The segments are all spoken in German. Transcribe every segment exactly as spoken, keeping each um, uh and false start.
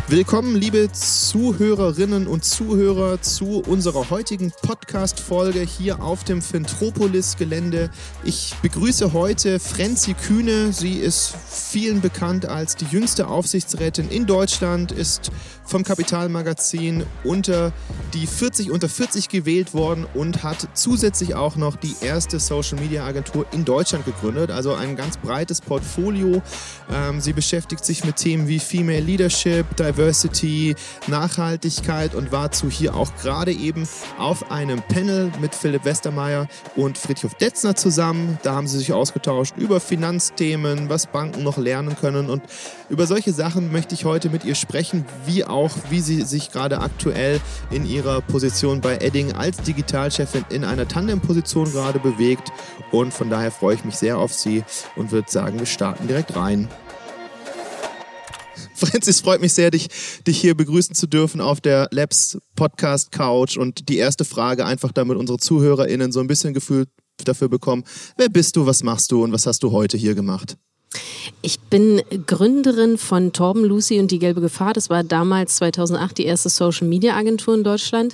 Willkommen, liebe Zuhörerinnen und Zuhörer, zu unserer heutigen Podcast-Folge hier auf dem Fintropolis-Gelände. Ich begrüße heute Franzi Kühne. Sie ist vielen bekannt als die jüngste Aufsichtsrätin in Deutschland, ist vom Kapital-Magazin unter die vierzig unter vierzig gewählt worden und hat zusätzlich auch noch die erste Social-Media-Agentur in Deutschland gegründet, also ein ganz breites Portfolio. Ähm, sie beschäftigt sich mit Themen wie Female Leadership, Diversity, Nachhaltigkeit und war zu hier auch gerade eben auf einem Panel mit Philipp Westermeier und Fridtjof Detzner zusammen. Da haben sie sich ausgetauscht über Finanzthemen, was Banken noch lernen können, und über solche Sachen möchte ich heute mit ihr sprechen, wie auch wie sie sich gerade aktuell in ihrer Position bei Edding als Digitalchefin in einer Tandem-Position gerade bewegt, und von daher freue ich mich sehr auf sie und würde sagen, wir starten direkt rein. Franzis, freut mich sehr, dich, dich hier begrüßen zu dürfen auf der Labs Podcast Couch, und die erste Frage einfach, damit unsere ZuhörerInnen so ein bisschen Gefühl dafür bekommen: Wer bist du, was machst du und was hast du heute hier gemacht? Ich bin Gründerin von Torben, Lucy und die Gelbe Gefahr. Das war damals zweitausendacht die erste Social-Media-Agentur in Deutschland,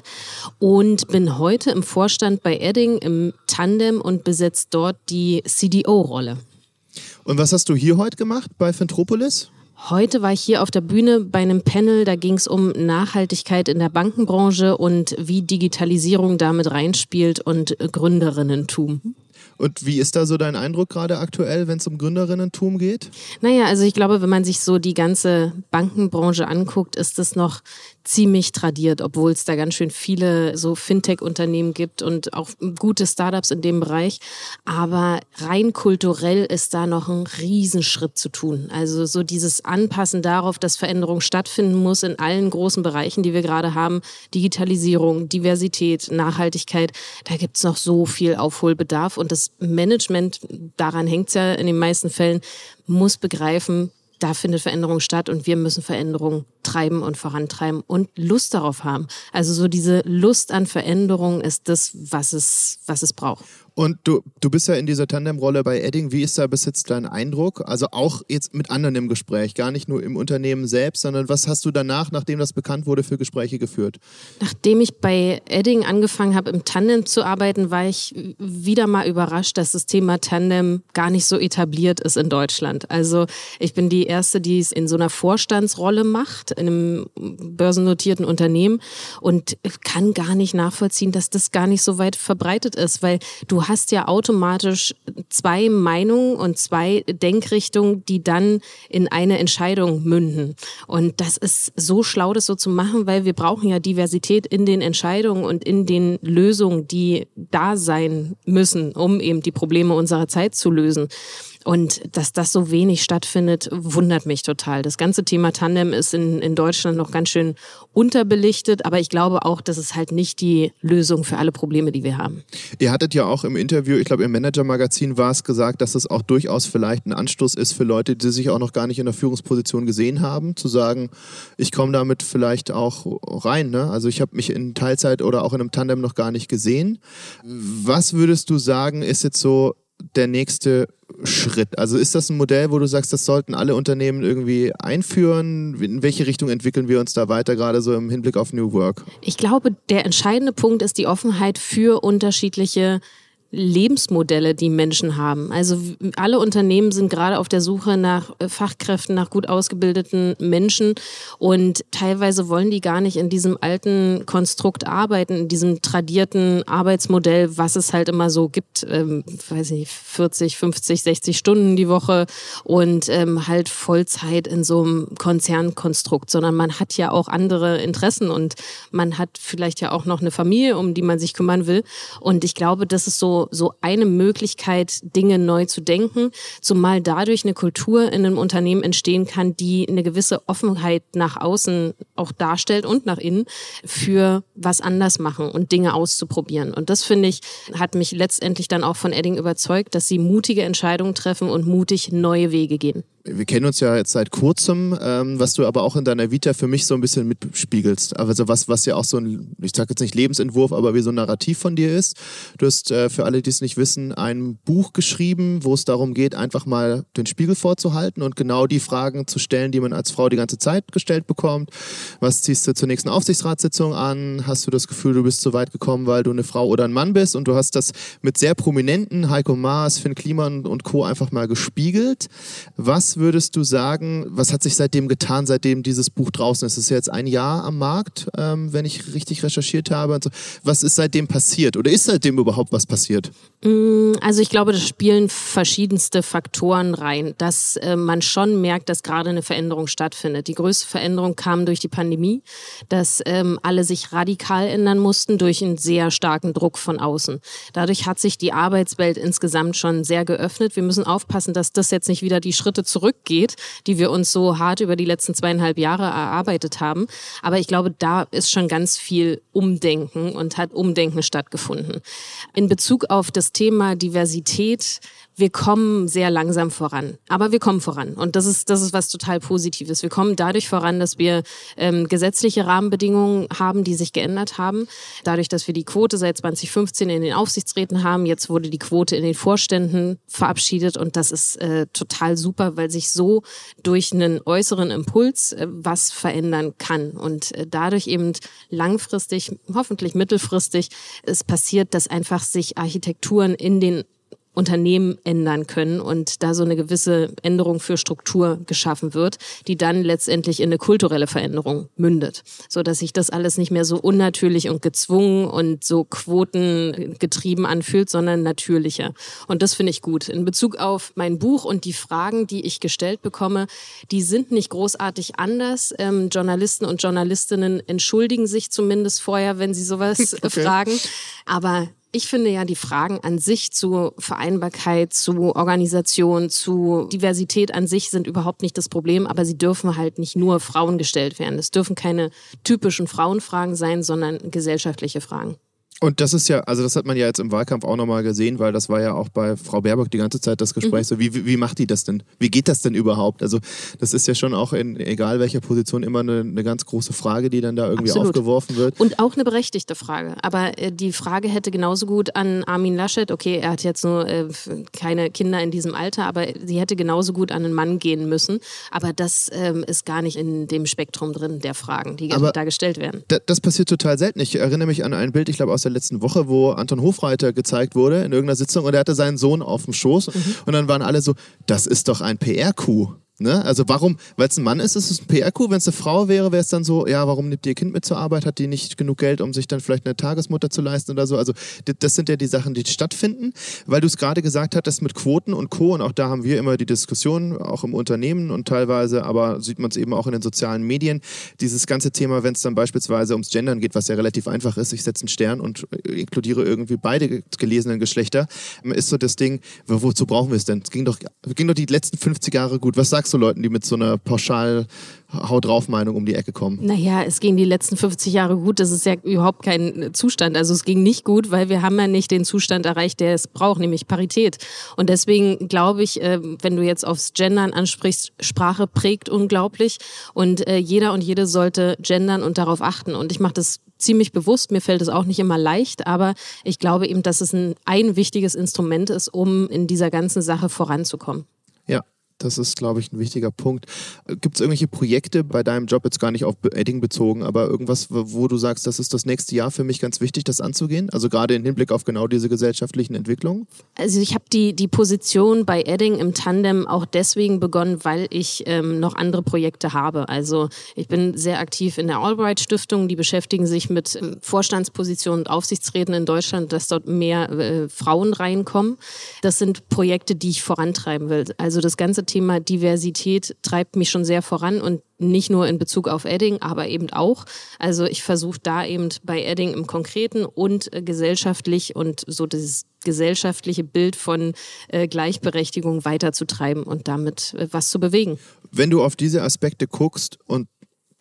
und bin heute im Vorstand bei Edding im Tandem und besetzt dort die C D O-Rolle. Und was hast du hier heute gemacht bei Fintropolis? Heute war ich hier auf der Bühne bei einem Panel, da ging es um Nachhaltigkeit in der Bankenbranche und wie Digitalisierung damit reinspielt und Gründerinnentum. Und wie ist da so dein Eindruck gerade aktuell, wenn es um Gründerinnentum geht? Naja, also ich glaube, wenn man sich so die ganze Bankenbranche anguckt, ist es noch ziemlich tradiert, obwohl es da ganz schön viele so Fintech-Unternehmen gibt und auch gute Startups in dem Bereich. Aber rein kulturell ist da noch ein Riesenschritt zu tun. Also so dieses Anpassen darauf, dass Veränderung stattfinden muss in allen großen Bereichen, die wir gerade haben. Digitalisierung, Diversität, Nachhaltigkeit, da gibt es noch so viel Aufholbedarf. Und das Management, daran hängt es ja in den meisten Fällen, muss begreifen, da findet Veränderung statt und wir müssen Veränderung treiben und vorantreiben und Lust darauf haben. Also so diese Lust an Veränderung ist das, was es, was es braucht. Und du, du bist ja in dieser Tandemrolle bei Edding. Wie ist da bis jetzt dein Eindruck? Also auch jetzt mit anderen im Gespräch, gar nicht nur im Unternehmen selbst, sondern was hast du danach, nachdem das bekannt wurde, für Gespräche geführt? Nachdem ich bei Edding angefangen habe, im Tandem zu arbeiten, war ich wieder mal überrascht, dass das Thema Tandem gar nicht so etabliert ist in Deutschland. Also ich bin die Erste, die es in so einer Vorstandsrolle macht, in einem börsennotierten Unternehmen, und kann gar nicht nachvollziehen, dass das gar nicht so weit verbreitet ist, weil du hast ja automatisch zwei Meinungen und zwei Denkrichtungen, die dann in eine Entscheidung münden. Und das ist so schlau, das so zu machen, weil wir brauchen ja Diversität in den Entscheidungen und in den Lösungen, die da sein müssen, um eben die Probleme unserer Zeit zu lösen. Und dass das so wenig stattfindet, wundert mich total. Das ganze Thema Tandem ist in, in Deutschland noch ganz schön unterbelichtet, aber ich glaube auch, das ist halt nicht die Lösung für alle Probleme, die wir haben. Ihr hattet ja auch im Interview, ich glaube im Manager-Magazin war es gesagt, dass es auch durchaus vielleicht ein Anstoß ist für Leute, die sich auch noch gar nicht in der Führungsposition gesehen haben, zu sagen, ich komme damit vielleicht auch rein. Ne? Also ich habe mich in Teilzeit oder auch in einem Tandem noch gar nicht gesehen. Was würdest du sagen, ist jetzt so der nächste Schritt? Also ist das ein Modell, wo du sagst, das sollten alle Unternehmen irgendwie einführen? In welche Richtung entwickeln wir uns da weiter, gerade so im Hinblick auf New Work? Ich glaube, der entscheidende Punkt ist die Offenheit für unterschiedliche Lebensmodelle, die Menschen haben. Also alle Unternehmen sind gerade auf der Suche nach Fachkräften, nach gut ausgebildeten Menschen, und teilweise wollen die gar nicht in diesem alten Konstrukt arbeiten, in diesem tradierten Arbeitsmodell, was es halt immer so gibt, ähm, weiß nicht, vierzig, fünfzig, sechzig Stunden die Woche und ähm, halt Vollzeit in so einem Konzernkonstrukt, sondern man hat ja auch andere Interessen und man hat vielleicht ja auch noch eine Familie, um die man sich kümmern will, und ich glaube, das ist so so eine Möglichkeit, Dinge neu zu denken, zumal dadurch eine Kultur in einem Unternehmen entstehen kann, die eine gewisse Offenheit nach außen auch darstellt und nach innen für was anders machen und Dinge auszuprobieren. Und das, finde ich, hat mich letztendlich dann auch von Edding überzeugt, dass sie mutige Entscheidungen treffen und mutig neue Wege gehen. wir kennen uns ja jetzt seit kurzem, ähm, was du aber auch in deiner Vita für mich so ein bisschen mitspiegelst. Also was, was ja auch so ein, ich sage jetzt nicht Lebensentwurf, aber wie so ein Narrativ von dir ist. Du hast äh, für alle, die es nicht wissen, ein Buch geschrieben, wo es darum geht, einfach mal den Spiegel vorzuhalten und genau die Fragen zu stellen, die man als Frau die ganze Zeit gestellt bekommt. Was ziehst du zur nächsten Aufsichtsratssitzung an? Hast du das Gefühl, du bist so weit gekommen, weil du eine Frau oder ein Mann bist? Und du hast das mit sehr prominenten, Heiko Maas, Finn Kliman und Co. einfach mal gespiegelt. Was würdest du sagen, was hat sich seitdem getan, seitdem dieses Buch draußen ist? Es ist ja jetzt ein Jahr am Markt, ähm, wenn ich richtig recherchiert habe. Also, was ist seitdem passiert? Oder ist seitdem überhaupt was passiert? Also ich glaube, das spielen verschiedenste Faktoren rein, dass äh, man schon merkt, dass gerade eine Veränderung stattfindet. Die größte Veränderung kam durch die Pandemie, dass ähm, alle sich radikal ändern mussten durch einen sehr starken Druck von außen. Dadurch hat sich die Arbeitswelt insgesamt schon sehr geöffnet. Wir müssen aufpassen, dass das jetzt nicht wieder die Schritte zurückgeht, die wir uns so hart über die letzten zweieinhalb Jahre erarbeitet haben. Aber ich glaube, da ist schon ganz viel Umdenken und hat Umdenken stattgefunden. In Bezug auf das Thema Diversität, wir kommen sehr langsam voran, aber wir kommen voran und das ist das ist was total Positives. Wir kommen dadurch voran, dass wir ähm, gesetzliche Rahmenbedingungen haben, die sich geändert haben. Dadurch, dass wir die Quote seit zwanzig fünfzehn in den Aufsichtsräten haben, jetzt wurde die Quote in den Vorständen verabschiedet und das ist äh, total super, weil sich so durch einen äußeren Impuls äh, was verändern kann und äh, dadurch eben langfristig, hoffentlich mittelfristig, es passiert, dass einfach sich Architekturen in den Unternehmen ändern können und da so eine gewisse Änderung für Struktur geschaffen wird, die dann letztendlich in eine kulturelle Veränderung mündet, so dass sich das alles nicht mehr so unnatürlich und gezwungen und so quotengetrieben anfühlt, sondern natürlicher. Und das finde ich gut. In Bezug auf mein Buch und die Fragen, die ich gestellt bekomme, die sind nicht großartig anders. Ähm, Journalisten und Journalistinnen entschuldigen sich zumindest vorher, wenn sie sowas okay. fragen, aber ich finde ja, die Fragen an sich zu Vereinbarkeit, zu Organisation, zu Diversität an sich sind überhaupt nicht das Problem, aber sie dürfen halt nicht nur Frauen gestellt werden. Es dürfen keine typischen Frauenfragen sein, sondern gesellschaftliche Fragen. Und das ist ja, also das hat man ja jetzt im Wahlkampf auch nochmal gesehen, weil das war ja auch bei Frau Baerbock die ganze Zeit das Gespräch, mhm. so wie, wie, wie macht die das denn? Wie geht das denn überhaupt? Also das ist ja schon auch in egal welcher Position immer eine, eine ganz große Frage, die dann da irgendwie Absolut. aufgeworfen wird. Und auch eine berechtigte Frage. Aber äh, die Frage hätte genauso gut an Armin Laschet, okay, er hat jetzt nur äh, keine Kinder in diesem Alter, aber sie hätte genauso gut an einen Mann gehen müssen. Aber das ähm, ist gar nicht in dem Spektrum drin der Fragen, die aber da gestellt werden. Da, das passiert total selten. Ich erinnere mich an ein Bild, ich glaube aus der letzten Woche, wo Anton Hofreiter gezeigt wurde in irgendeiner Sitzung und er hatte seinen Sohn auf dem Schoß mhm. und dann waren alle so, das ist doch ein P R-Coup. Ne? Also warum, weil es ein Mann ist, ist es ein P R-Coup. Wenn es eine Frau wäre, wäre es dann so, ja, warum nimmt ihr Kind mit zur Arbeit? Hat die nicht genug Geld, um sich dann vielleicht eine Tagesmutter zu leisten oder so? Also das sind ja die Sachen, die stattfinden. Weil du es gerade gesagt hattest mit Quoten und Co. Und auch da haben wir immer die Diskussion, auch im Unternehmen und teilweise, aber sieht man es eben auch in den sozialen Medien, dieses ganze Thema, wenn es dann beispielsweise ums Gendern geht, was ja relativ einfach ist, ich setze einen Stern und inkludiere irgendwie beide gelesenen Geschlechter, ist so das Ding, wozu brauchen wir es denn? Es ging doch, ging doch die letzten fünfzig Jahre gut. Was sagst du Leuten, die mit so einer pauschal Haut-drauf-Meinung um die Ecke kommen? Naja, es ging die letzten fünfzig Jahre gut, das ist ja überhaupt kein Zustand. Also es ging nicht gut, weil wir haben ja nicht den Zustand erreicht, der es braucht, nämlich Parität. Und deswegen glaube ich, wenn du jetzt aufs Gendern ansprichst, Sprache prägt unglaublich und jeder und jede sollte gendern und darauf achten. Und ich mache das ziemlich bewusst, mir fällt es auch nicht immer leicht, aber ich glaube eben, dass es ein, ein wichtiges Instrument ist, um in dieser ganzen Sache voranzukommen. Ja. Das ist, glaube ich, ein wichtiger Punkt. Gibt es irgendwelche Projekte bei deinem Job, jetzt gar nicht auf Edding bezogen, aber irgendwas, wo du sagst, das ist das nächste Jahr für mich ganz wichtig, das anzugehen? Also gerade im Hinblick auf genau diese gesellschaftlichen Entwicklungen? Also ich habe die, die Position bei Edding im Tandem auch deswegen begonnen, weil ich ähm, noch andere Projekte habe. Also ich bin sehr aktiv in der Albright Stiftung, die beschäftigen sich mit ähm, Vorstandspositionen und Aufsichtsräten in Deutschland, dass dort mehr äh, Frauen reinkommen. Das sind Projekte, die ich vorantreiben will. Also das ganze Thema Diversität treibt mich schon sehr voran und nicht nur in Bezug auf Edding, aber eben auch. Also ich versuche da eben bei Edding im Konkreten und äh, gesellschaftlich und so dieses gesellschaftliche Bild von äh, Gleichberechtigung weiterzutreiben und damit äh, was zu bewegen. Wenn du auf diese Aspekte guckst und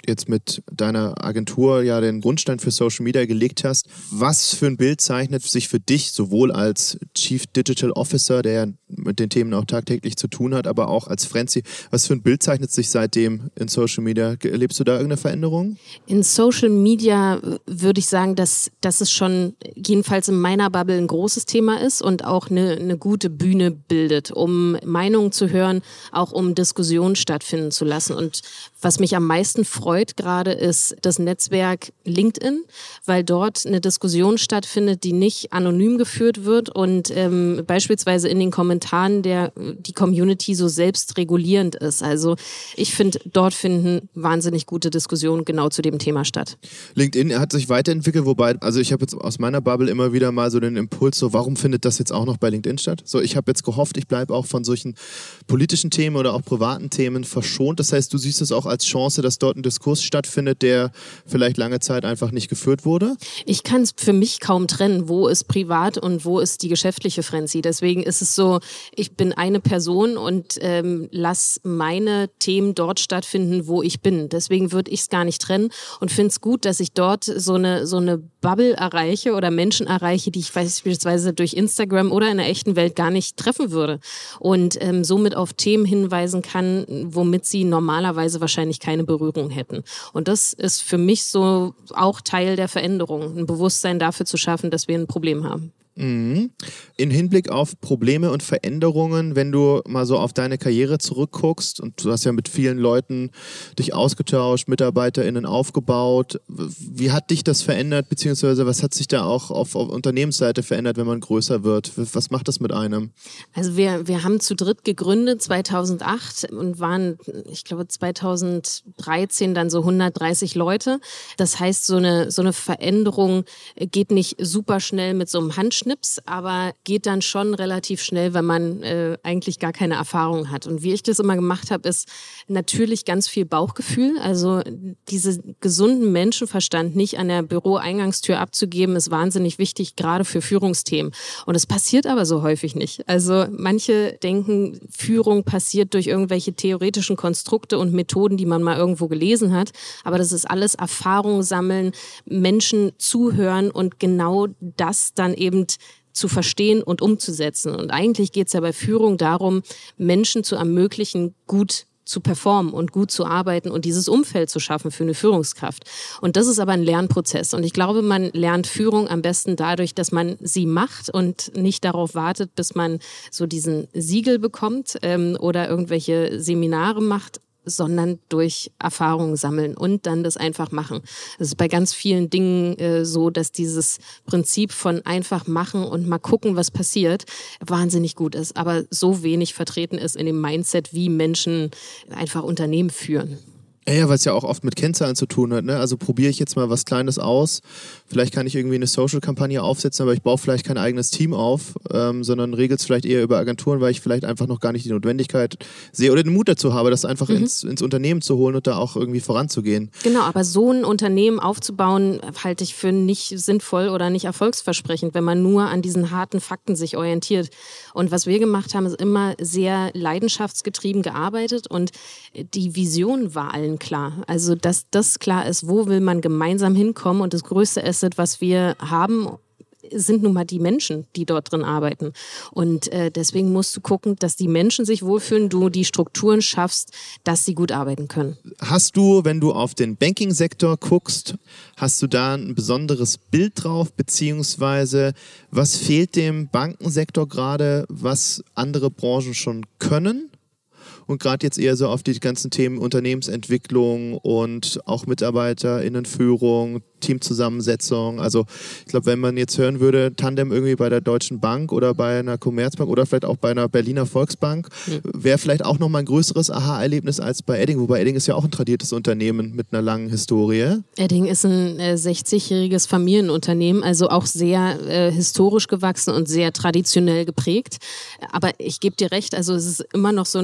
jetzt mit deiner Agentur ja den Grundstein für Social Media gelegt hast. Was für ein Bild zeichnet sich für dich sowohl als Chief Digital Officer, der ja mit den Themen auch tagtäglich zu tun hat, aber auch als Frenzy, was für ein Bild zeichnet sich seitdem in Social Media? Erlebst du da irgendeine Veränderung? In Social Media würde ich sagen, dass, dass es schon jedenfalls in meiner Bubble ein großes Thema ist und auch eine, eine gute Bühne bildet, um Meinungen zu hören, auch um Diskussionen stattfinden zu lassen. Und was mich am meisten freut gerade ist das Netzwerk LinkedIn, weil dort eine Diskussion stattfindet, die nicht anonym geführt wird und ähm, beispielsweise in den Kommentaren der die Community so selbstregulierend ist. Also ich finde, dort finden wahnsinnig gute Diskussionen genau zu dem Thema statt. LinkedIn hat sich weiterentwickelt, wobei, also ich habe jetzt aus meiner Bubble immer wieder mal so den Impuls, so warum findet das jetzt auch noch bei LinkedIn statt? So, ich habe jetzt gehofft, ich bleibe auch von solchen politischen Themen oder auch privaten Themen verschont. Das heißt, du siehst es auch als Chance, dass dort ein Diskurs stattfindet, der vielleicht lange Zeit einfach nicht geführt wurde? Ich kann es für mich kaum trennen, wo ist privat und wo ist die geschäftliche Frenzy. Deswegen ist es so, ich bin eine Person und ähm, lass meine Themen dort stattfinden, wo ich bin. Deswegen würde ich es gar nicht trennen und finde es gut, dass ich dort so eine, so eine Bubble erreiche oder Menschen erreiche, die ich beispielsweise durch Instagram oder in der echten Welt gar nicht treffen würde. Und ähm, somit auf Themen hinweisen kann, womit sie normalerweise wahrscheinlich keine Berührung hätten. Und das ist für mich so auch Teil der Veränderung, ein Bewusstsein dafür zu schaffen, dass wir ein Problem haben. Mhm. In Hinblick auf Probleme und Veränderungen, wenn du mal so auf deine Karriere zurückguckst und du hast ja mit vielen Leuten dich ausgetauscht, MitarbeiterInnen aufgebaut, wie hat dich das verändert, beziehungsweise was hat sich da auch auf, auf Unternehmensseite verändert, wenn man größer wird? Was macht das mit einem? Also wir, wir haben zu dritt gegründet zweitausendacht und waren, ich glaube zweitausenddreizehn dann so hundertdreißig Leute. Das heißt, so eine, so eine Veränderung geht nicht super schnell mit so einem Handschnitt, aber geht dann schon relativ schnell, wenn man äh, eigentlich gar keine Erfahrung hat. Und wie ich das immer gemacht habe, ist natürlich ganz viel Bauchgefühl. Also diesen gesunden Menschenverstand nicht an der Büroeingangstür abzugeben, ist wahnsinnig wichtig, gerade für Führungsthemen. Und es passiert aber so häufig nicht. Also manche denken, Führung passiert durch irgendwelche theoretischen Konstrukte und Methoden, die man mal irgendwo gelesen hat. Aber das ist alles Erfahrung sammeln, Menschen zuhören und genau das dann eben zu verstehen und umzusetzen. Und eigentlich geht es ja bei Führung darum, Menschen zu ermöglichen, gut zu performen und gut zu arbeiten und dieses Umfeld zu schaffen für eine Führungskraft. Und das ist aber ein Lernprozess. Und ich glaube, man lernt Führung am besten dadurch, dass man sie macht und nicht darauf wartet, bis man so diesen Siegel bekommt ähm, oder irgendwelche Seminare macht, sondern durch Erfahrungen sammeln und dann das einfach machen. Es ist bei ganz vielen Dingen äh, so, dass dieses Prinzip von einfach machen und mal gucken, was passiert, wahnsinnig gut ist, aber so wenig vertreten ist in dem Mindset, wie Menschen einfach Unternehmen führen. Ja, weil es ja auch oft mit Kennzahlen zu tun hat, ne? Also probiere ich jetzt mal was Kleines aus. Vielleicht kann ich irgendwie eine Social-Kampagne aufsetzen, aber ich baue vielleicht kein eigenes Team auf, ähm, sondern regel es vielleicht eher über Agenturen, weil ich vielleicht einfach noch gar nicht die Notwendigkeit sehe oder den Mut dazu habe, das einfach mhm. ins, ins Unternehmen zu holen und da auch irgendwie voranzugehen. Genau, aber so ein Unternehmen aufzubauen, halte ich für nicht sinnvoll oder nicht erfolgsversprechend, wenn man nur an diesen harten Fakten sich orientiert. Und was wir gemacht haben, ist immer sehr leidenschaftsgetrieben gearbeitet und die Vision war allen klar. Also, dass das klar ist, wo will man gemeinsam hinkommen und das größte Asset, was wir haben, sind nun mal die Menschen, die dort drin arbeiten. Und äh, deswegen musst du gucken, dass die Menschen sich wohlfühlen, du die Strukturen schaffst, dass sie gut arbeiten können. Hast du, wenn du auf den Banking-Sektor guckst, hast du da ein besonderes Bild drauf, beziehungsweise was fehlt dem Bankensektor gerade, was andere Branchen schon können? Und gerade jetzt eher so auf die ganzen Themen Unternehmensentwicklung und auch MitarbeiterInnenführung, Teamzusammensetzung. Also ich glaube, wenn man jetzt hören würde, Tandem irgendwie bei der Deutschen Bank oder bei einer Commerzbank oder vielleicht auch bei einer Berliner Volksbank, mhm. wäre vielleicht auch nochmal ein größeres Aha-Erlebnis als bei Edding. Wobei Edding ist ja auch ein tradiertes Unternehmen mit einer langen Historie. Edding ist ein äh, sechzigjähriges Familienunternehmen, also auch sehr äh, historisch gewachsen und sehr traditionell geprägt. Aber ich gebe dir recht, also es ist immer noch so ein, so ein gewisses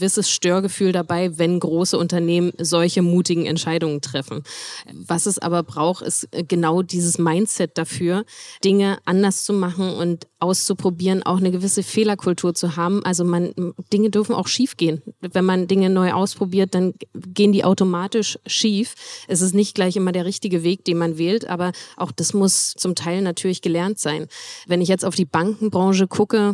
gewisses Störgefühl dabei, wenn große Unternehmen solche mutigen Entscheidungen treffen. Was es aber braucht, ist genau dieses Mindset dafür, Dinge anders zu machen und auszuprobieren, auch eine gewisse Fehlerkultur zu haben. Also man, Dinge dürfen auch schief gehen. Wenn man Dinge neu ausprobiert, dann gehen die automatisch schief. Es ist nicht gleich immer der richtige Weg, den man wählt, aber auch das muss zum Teil natürlich gelernt sein. Wenn ich jetzt auf die Bankenbranche gucke,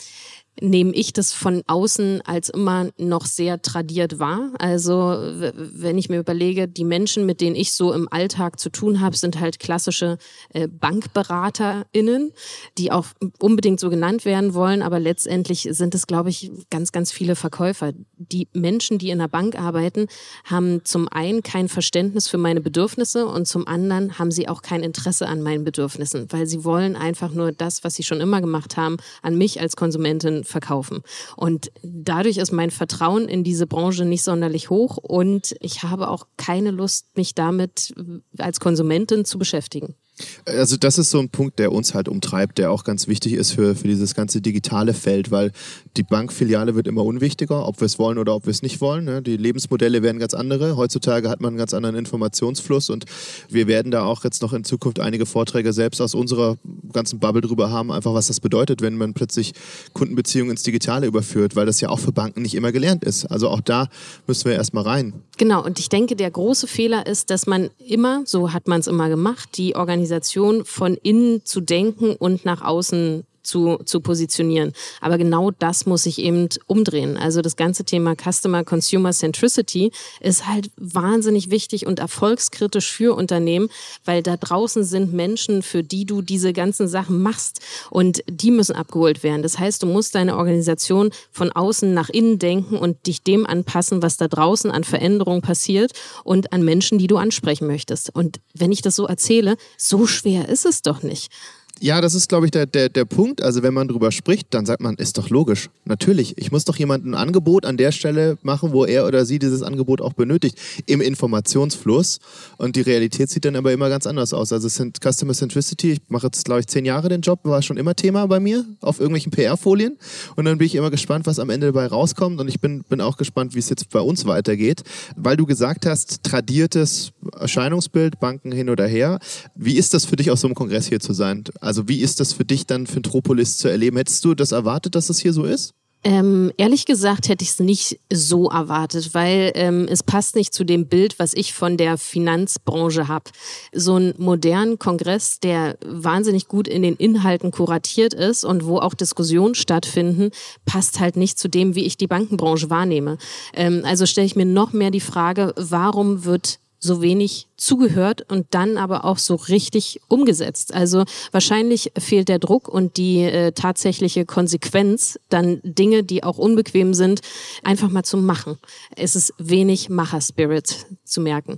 nehme ich das von außen als immer noch sehr tradiert wahr. Also wenn ich mir überlege, die Menschen, mit denen ich so im Alltag zu tun habe, sind halt klassische äh, BankberaterInnen, die auch unbedingt so genannt werden wollen, aber letztendlich sind es, glaube ich, ganz, ganz viele Verkäufer. Die Menschen, die in der Bank arbeiten, haben zum einen kein Verständnis für meine Bedürfnisse und zum anderen haben sie auch kein Interesse an meinen Bedürfnissen, weil sie wollen einfach nur das, was sie schon immer gemacht haben, an mich als Konsumentin verkaufen. Und dadurch ist mein Vertrauen in diese Branche nicht sonderlich hoch und ich habe auch keine Lust, mich damit als Konsumentin zu beschäftigen. Also das ist so ein Punkt, der uns halt umtreibt, der auch ganz wichtig ist für, für dieses ganze digitale Feld, weil die Bankfiliale wird immer unwichtiger, ob wir es wollen oder ob wir es nicht wollen. Ne? Die Lebensmodelle werden ganz andere. Heutzutage hat man einen ganz anderen Informationsfluss und wir werden da auch jetzt noch in Zukunft einige Vorträge selbst aus unserer ganzen Bubble drüber haben, einfach was das bedeutet, wenn man plötzlich Kundenbeziehungen ins Digitale überführt, weil das ja auch für Banken nicht immer gelernt ist. Also auch da müssen wir erstmal rein. Genau, und ich denke, der große Fehler ist, dass man immer, so hat man es immer gemacht, die Organisation von innen zu denken und nach außen zu, zu positionieren. Aber genau das muss sich eben umdrehen. Also das ganze Thema Customer Consumer Centricity ist halt wahnsinnig wichtig und erfolgskritisch für Unternehmen, weil da draußen sind Menschen, für die du diese ganzen Sachen machst und die müssen abgeholt werden. Das heißt, du musst deine Organisation von außen nach innen denken und dich dem anpassen, was da draußen an Veränderungen passiert und an Menschen, die du ansprechen möchtest. Und wenn ich das so erzähle, so schwer ist es doch nicht. Ja, das ist, glaube ich, der, der, der Punkt. Also wenn man drüber spricht, dann sagt man, ist doch logisch. Natürlich, ich muss doch jemandem ein Angebot an der Stelle machen, wo er oder sie dieses Angebot auch benötigt, im Informationsfluss. Und die Realität sieht dann aber immer ganz anders aus. Also es sind Customer Centricity, ich mache jetzt, glaube ich, zehn Jahre den Job, war schon immer Thema bei mir, auf irgendwelchen P R-Folien. Und dann bin ich immer gespannt, was am Ende dabei rauskommt. Und ich bin, bin auch gespannt, wie es jetzt bei uns weitergeht. Weil du gesagt hast, tradiertes Erscheinungsbild, Banken hin oder her. Wie ist das für dich, auf so einem Kongress hier zu sein? Also wie ist das für dich dann, Fintropolis zu erleben? Hättest du das erwartet, dass das hier so ist? Ähm, ehrlich gesagt hätte ich es nicht so erwartet, weil ähm, es passt nicht zu dem Bild, was ich von der Finanzbranche habe. So ein modernen Kongress, der wahnsinnig gut in den Inhalten kuratiert ist und wo auch Diskussionen stattfinden, passt halt nicht zu dem, wie ich die Bankenbranche wahrnehme. Ähm, also stelle ich mir noch mehr die Frage, warum wird so wenig zugehört und dann aber auch so richtig umgesetzt. Also wahrscheinlich fehlt der Druck und die äh, tatsächliche Konsequenz, dann Dinge, die auch unbequem sind, einfach mal zu machen. Es ist wenig Macher-Spirit zu merken.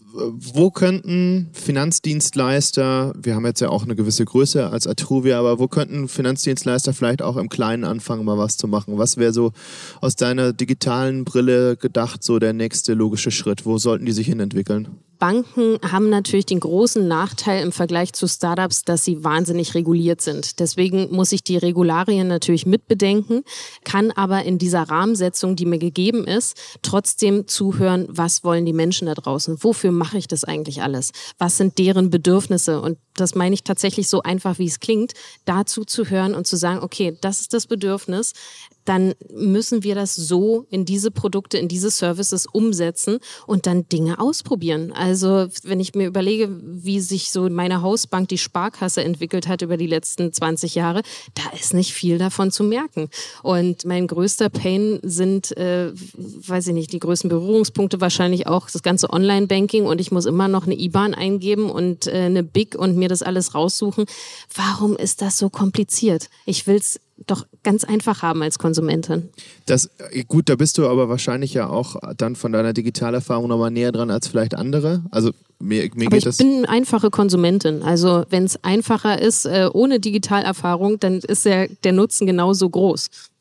Wo könnten Finanzdienstleister, wir haben jetzt ja auch eine gewisse Größe als Atruvia, aber wo könnten Finanzdienstleister vielleicht auch im Kleinen anfangen, mal was zu machen? Was wäre so aus deiner digitalen Brille gedacht, so der nächste logische Schritt? Wo sollten die sich hin entwickeln? Banken haben natürlich den großen Nachteil im Vergleich zu Startups, dass sie wahnsinnig reguliert sind. Deswegen muss ich die Regularien natürlich mitbedenken, kann aber in dieser Rahmensetzung, die mir gegeben ist, trotzdem zuhören, was wollen die Menschen da draußen? Wofür mache ich das eigentlich alles? Was sind deren Bedürfnisse? Und das meine ich tatsächlich so einfach, wie es klingt, dazu zu hören und zu sagen, okay, das ist das Bedürfnis, dann müssen wir das so in diese Produkte, in diese Services umsetzen und dann Dinge ausprobieren. Also wenn ich mir überlege, wie sich so meine Hausbank, die Sparkasse, entwickelt hat über die letzten zwanzig Jahre, da ist nicht viel davon zu merken. Und mein größter Pain sind, äh, weiß ich nicht, die größten Berührungspunkte wahrscheinlich auch das ganze Online-Banking und ich muss immer noch eine I B A N eingeben und äh, eine B I C und mir das alles raussuchen. Warum ist das so kompliziert? Ich will's doch ganz einfach haben als Konsumentin. Das, gut, da bist du aber wahrscheinlich ja auch dann von deiner Digitalerfahrung nochmal näher dran als vielleicht andere. Also mir, mir aber geht ich das. bin eine einfache Konsumentin. Also wenn es einfacher ist, äh, ohne Digitalerfahrung, dann ist der, der Nutzen genauso groß.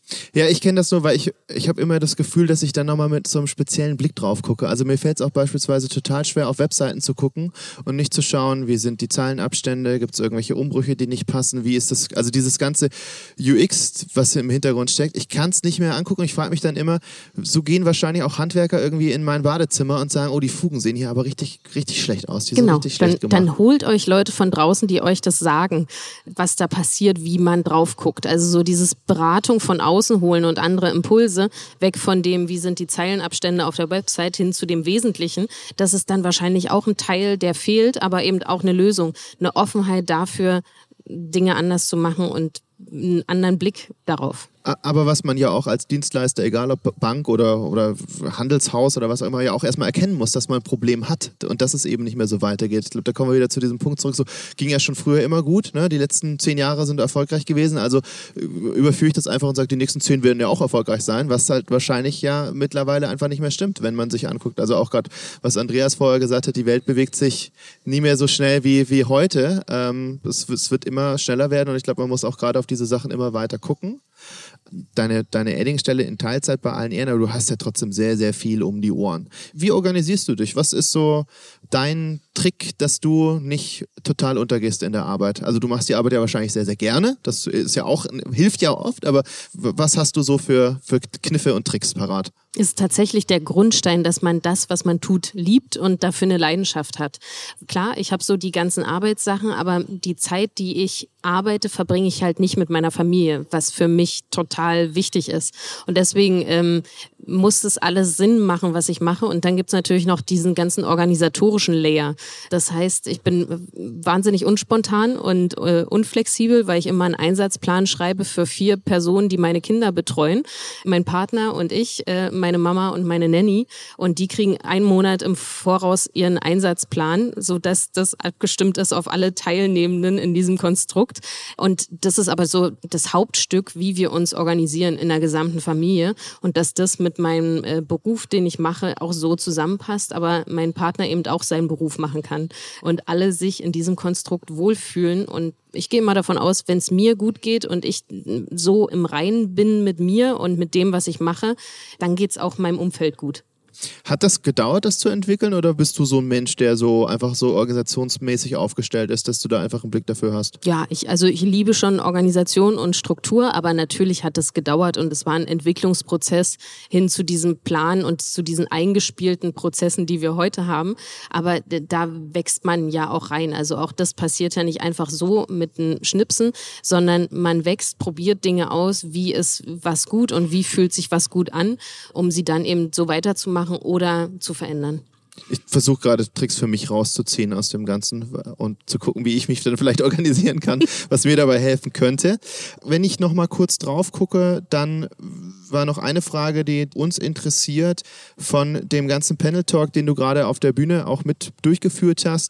Ja, ich kenne das nur, weil ich, ich habe immer das Gefühl, dass ich dann nochmal mit so einem speziellen Blick drauf gucke. Also mir fällt es auch beispielsweise total schwer, auf Webseiten zu gucken und nicht zu schauen, wie sind die Zeilenabstände, gibt es irgendwelche Umbrüche, die nicht passen, wie ist das, also dieses ganze U X, was im Hintergrund steckt, ich kann es nicht mehr angucken. Ich frage mich dann immer, so gehen wahrscheinlich auch Handwerker irgendwie in mein Badezimmer und sagen, oh, die Fugen sehen hier aber richtig, richtig schlecht aus. Die genau, sind richtig schlecht dann, gemacht. dann holt euch Leute von draußen, die euch das sagen, was da passiert, wie man drauf guckt. Also so dieses Beratung von außen holen und andere Impulse, weg von dem, wie sind die Zeilenabstände auf der Website, hin zu dem Wesentlichen. Das ist dann wahrscheinlich auch ein Teil, der fehlt, aber eben auch eine Lösung. Eine Offenheit dafür, Dinge anders zu machen und einen anderen Blick darauf. Aber was man ja auch als Dienstleister, egal ob Bank oder, oder Handelshaus oder was auch immer, ja auch erstmal erkennen muss, dass man ein Problem hat und dass es eben nicht mehr so weitergeht. Ich glaube, da kommen wir wieder zu diesem Punkt zurück. So ging ja schon früher immer gut. Ne? Die letzten zehn Jahre sind erfolgreich gewesen. Also überführe ich das einfach und sage, die nächsten zehn werden ja auch erfolgreich sein, was halt wahrscheinlich ja mittlerweile einfach nicht mehr stimmt, wenn man sich anguckt. Also auch gerade, was Andreas vorher gesagt hat, die Welt bewegt sich nie mehr so schnell wie, wie heute. Ähm, es, es wird immer schneller werden und ich glaube, man muss auch gerade auf diese Sachen immer weiter gucken. Deine, deine Edding-Stelle in Teilzeit bei allen Ehren, aber du hast ja trotzdem sehr, sehr viel um die Ohren. Wie organisierst du dich? Was ist so dein Trick, dass du nicht total untergehst in der Arbeit? Also du machst die Arbeit ja wahrscheinlich sehr, sehr gerne. Das ist ja auch, hilft ja oft, aber was hast du so für, für Kniffe und Tricks parat? Ist tatsächlich der Grundstein, dass man das, was man tut, liebt und dafür eine Leidenschaft hat. Klar, ich habe so die ganzen Arbeitssachen, aber die Zeit, die ich arbeite, verbringe ich halt nicht mit meiner Familie, was für mich total wichtig ist. Und deswegen ähm, muss das alles Sinn machen, was ich mache. Und dann gibt's natürlich noch diesen ganzen organisatorischen Layer. Das heißt, ich bin wahnsinnig unspontan und äh, unflexibel, weil ich immer einen Einsatzplan schreibe für vier Personen, die meine Kinder betreuen. Mein Partner und ich, äh, meine Mama und meine Nanny. Und die kriegen einen Monat im Voraus ihren Einsatzplan, sodass das abgestimmt ist auf alle Teilnehmenden in diesem Konstrukt. Und das ist aber so das Hauptstück, wie wir uns organisieren in der gesamten Familie. Und dass das mit meinem äh, Beruf, den ich mache, auch so zusammenpasst, aber mein Partner eben auch seinen Beruf machen kann. Und alle sich in diesem Konstrukt wohlfühlen. Und ich gehe mal davon aus, wenn es mir gut geht und ich so im Reinen bin mit mir und mit dem, was ich mache, dann geht es auch meinem Umfeld gut. Hat das gedauert, das zu entwickeln, oder bist du so ein Mensch, der so einfach so organisationsmäßig aufgestellt ist, dass du da einfach einen Blick dafür hast? Ja, ich, also ich liebe schon Organisation und Struktur, aber natürlich hat es gedauert und es war ein Entwicklungsprozess hin zu diesem Plan und zu diesen eingespielten Prozessen, die wir heute haben. Aber da wächst man ja auch rein. Also auch das passiert ja nicht einfach so mit einem Schnipsen, sondern man wächst, probiert Dinge aus, wie ist was gut und wie fühlt sich was gut an, um sie dann eben so weiterzumachen oder zu verändern. Ich versuche gerade Tricks für mich rauszuziehen aus dem Ganzen und zu gucken, wie ich mich dann vielleicht organisieren kann, was mir dabei helfen könnte. Wenn ich noch mal kurz drauf gucke, dann war noch eine Frage, die uns interessiert von dem ganzen Panel-Talk, den du gerade auf der Bühne auch mit durchgeführt hast.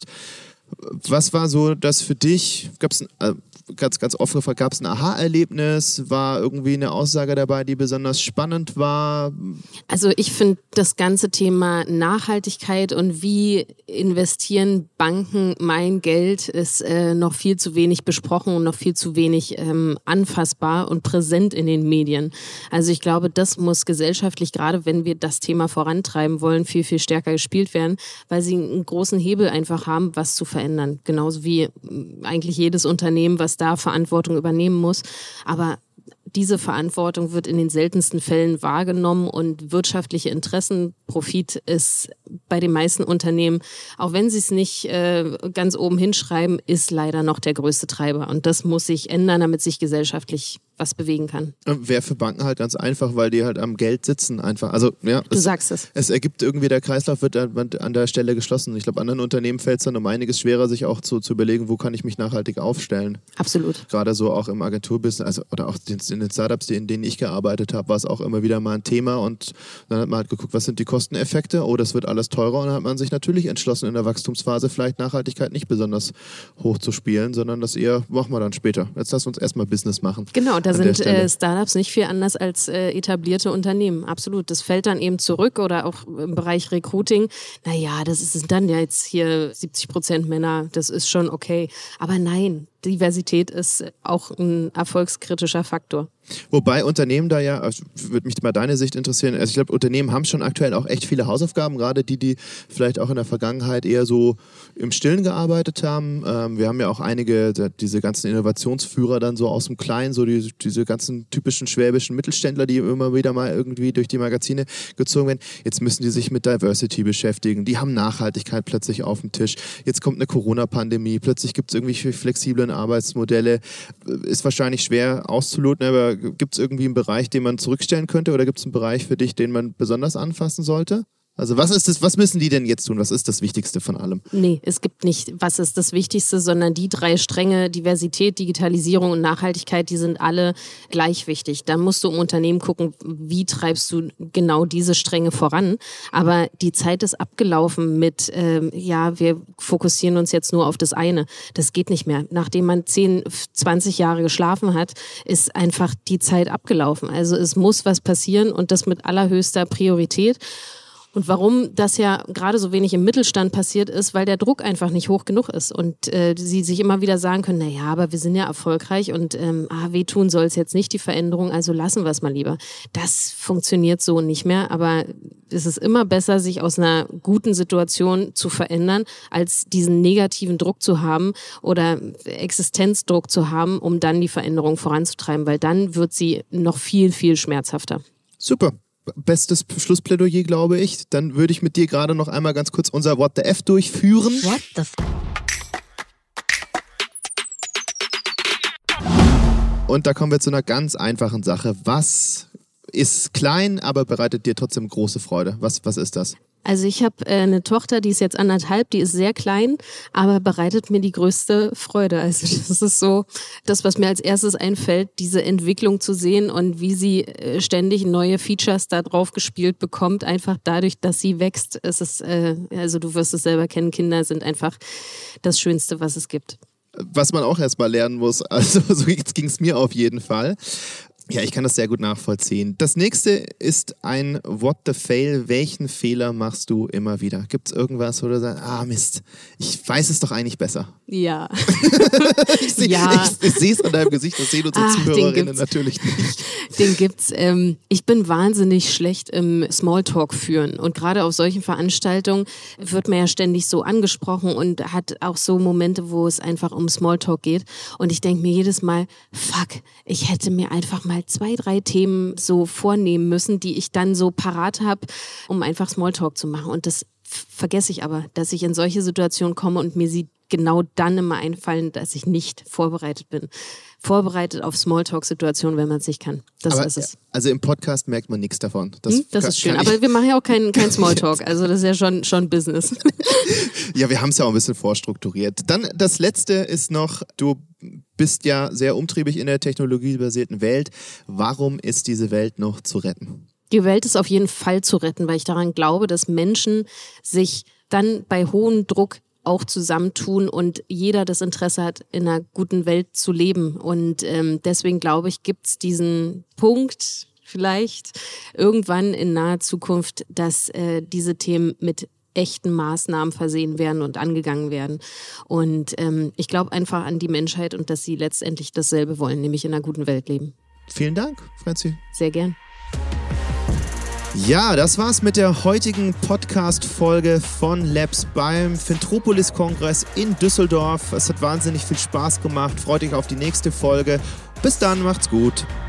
Was war so das für dich? Gab's ein, äh, ganz, ganz offen gefragt, gab es ein Aha-Erlebnis? War irgendwie eine Aussage dabei, die besonders spannend war? Also ich finde das ganze Thema Nachhaltigkeit und wie investieren Banken mein Geld ist äh, noch viel zu wenig besprochen und noch viel zu wenig ähm, anfassbar und präsent in den Medien. Also ich glaube, das muss gesellschaftlich, gerade wenn wir das Thema vorantreiben wollen, viel, viel stärker gespielt werden, weil sie einen großen Hebel einfach haben, was zu verändern. Genauso wie eigentlich jedes Unternehmen, was da Verantwortung übernehmen muss. Aber diese Verantwortung wird in den seltensten Fällen wahrgenommen und wirtschaftliche Interessen, Profit ist bei den meisten Unternehmen, auch wenn sie es nicht äh, ganz oben hinschreiben, ist leider noch der größte Treiber. Und das muss sich ändern, damit sich gesellschaftlich was bewegen kann. Wäre für Banken halt ganz einfach, weil die halt am Geld sitzen einfach. Also, ja, du es, sagst es. Es ergibt irgendwie, der Kreislauf wird an der Stelle geschlossen. Ich glaube, anderen Unternehmen fällt es dann um einiges schwerer, sich auch zu, zu überlegen, wo kann ich mich nachhaltig aufstellen. Absolut. Gerade so auch im Agenturbusiness, also, oder auch in den Startups, in denen ich gearbeitet habe, war es auch immer wieder mal ein Thema und dann hat man halt geguckt, was sind die Kosteneffekte? Oh, das wird alles teurer und dann hat man sich natürlich entschlossen, in der Wachstumsphase vielleicht Nachhaltigkeit nicht besonders hoch zu spielen, sondern das eher, machen wir dann später. Jetzt lass uns erstmal Business machen. Genau, da sind äh, Startups nicht viel anders als äh, etablierte Unternehmen. Absolut. Das fällt dann eben zurück oder auch im Bereich Recruiting. Naja, das ist dann ja jetzt hier siebzig Prozent Männer, das ist schon okay. Aber nein, Diversität ist auch ein erfolgskritischer Faktor. Wobei Unternehmen da ja, also würde mich mal deine Sicht interessieren, also ich glaube, Unternehmen haben schon aktuell auch echt viele Hausaufgaben, gerade die, die vielleicht auch in der Vergangenheit eher so im Stillen gearbeitet haben. Ähm, wir haben ja auch einige, diese ganzen Innovationsführer dann so aus dem Kleinen, so die, diese ganzen typischen schwäbischen Mittelständler, die immer wieder mal irgendwie durch die Magazine gezogen werden. Jetzt müssen die sich mit Diversity beschäftigen, die haben Nachhaltigkeit plötzlich auf dem Tisch. Jetzt kommt eine Corona-Pandemie, plötzlich gibt es irgendwie flexible Arbeitsmodelle. Ist wahrscheinlich schwer auszuloten, aber gibt es irgendwie einen Bereich, den man zurückstellen könnte, oder gibt es einen Bereich für dich, den man besonders anfassen sollte? Also was ist das, was müssen die denn jetzt tun? Was ist das Wichtigste von allem? Nee, es gibt nicht, was ist das Wichtigste, sondern die drei Stränge, Diversität, Digitalisierung und Nachhaltigkeit, die sind alle gleich wichtig. Da musst du im Unternehmen gucken, wie treibst du genau diese Stränge voran. Aber die Zeit ist abgelaufen mit, ähm, ja, wir fokussieren uns jetzt nur auf das eine. Das geht nicht mehr. Nachdem man zehn, zwanzig Jahre geschlafen hat, ist einfach die Zeit abgelaufen. Also es muss was passieren und das mit allerhöchster Priorität. Und warum das ja gerade so wenig im Mittelstand passiert ist, weil der Druck einfach nicht hoch genug ist und äh, sie sich immer wieder sagen können, na ja, aber wir sind ja erfolgreich und ähm, ah, wehtun soll es jetzt nicht die Veränderung, also lassen wir es mal lieber. Das funktioniert so nicht mehr, aber es ist immer besser, sich aus einer guten Situation zu verändern, als diesen negativen Druck zu haben oder Existenzdruck zu haben, um dann die Veränderung voranzutreiben, weil dann wird sie noch viel, viel schmerzhafter. Super. Bestes Schlussplädoyer, glaube ich. Dann würde ich mit dir gerade noch einmal ganz kurz unser What the F durchführen. What the F? Und da kommen wir zu einer ganz einfachen Sache. Was ist klein, aber bereitet dir trotzdem große Freude? Was, was ist das? Also ich habe äh, eine Tochter, die ist jetzt anderthalb, die ist sehr klein, aber bereitet mir die größte Freude. Also das ist so das, was mir als erstes einfällt, diese Entwicklung zu sehen und wie sie äh, ständig neue Features da drauf gespielt bekommt, einfach dadurch, dass sie wächst. Es ist, äh, also du wirst es selber kennen, Kinder sind einfach das Schönste, was es gibt. Was man auch erstmal lernen muss, also so ging es mir auf jeden Fall. Ja, ich kann das sehr gut nachvollziehen. Das nächste ist ein What the Fail. Welchen Fehler machst du immer wieder? Gibt es irgendwas, wo du sagst, ah Mist, ich weiß es doch eigentlich besser? Ja. ich sehe ja. ich, ich sehe es an deinem Gesicht, das sehen unsere Ach, Zuhörerinnen natürlich nicht. Den gibt's. Ähm, ich bin wahnsinnig schlecht im Smalltalk führen und gerade auf solchen Veranstaltungen wird man ja ständig so angesprochen und hat auch so Momente, wo es einfach um Smalltalk geht und ich denke mir jedes Mal, fuck, ich hätte mir einfach mal zwei, drei Themen so vornehmen müssen, die ich dann so parat habe, um einfach Smalltalk zu machen. Und das vergesse ich aber, dass ich in solche Situationen komme und mir sie genau dann immer einfallen, dass ich nicht vorbereitet bin. Vorbereitet auf Smalltalk-Situationen, wenn man es nicht kann. Das aber, ist es. Also im Podcast merkt man nichts davon. Das, hm, das kann, ist schön. Aber wir machen ja auch keinen kein Smalltalk. Also das ist ja schon, schon Business. Ja, wir haben es ja auch ein bisschen vorstrukturiert. Dann das Letzte ist noch, du bist ja sehr umtriebig in der technologiebasierten Welt. Warum ist diese Welt noch zu retten? Die Welt ist auf jeden Fall zu retten, weil ich daran glaube, dass Menschen sich dann bei hohem Druck auch zusammentun und jeder das Interesse hat, in einer guten Welt zu leben. Und ähm, deswegen glaube ich, gibt es diesen Punkt vielleicht irgendwann in naher Zukunft, dass äh, diese Themen mit echten Maßnahmen versehen werden und angegangen werden. Und ähm, ich glaube einfach an die Menschheit und dass sie letztendlich dasselbe wollen, nämlich in einer guten Welt leben. Vielen Dank, Franzi. Sehr gern. Ja, das war's mit der heutigen Podcast-Folge von Labs beim Fintropolis-Kongress in Düsseldorf. Es hat wahnsinnig viel Spaß gemacht. Freut euch auf die nächste Folge. Bis dann, macht's gut.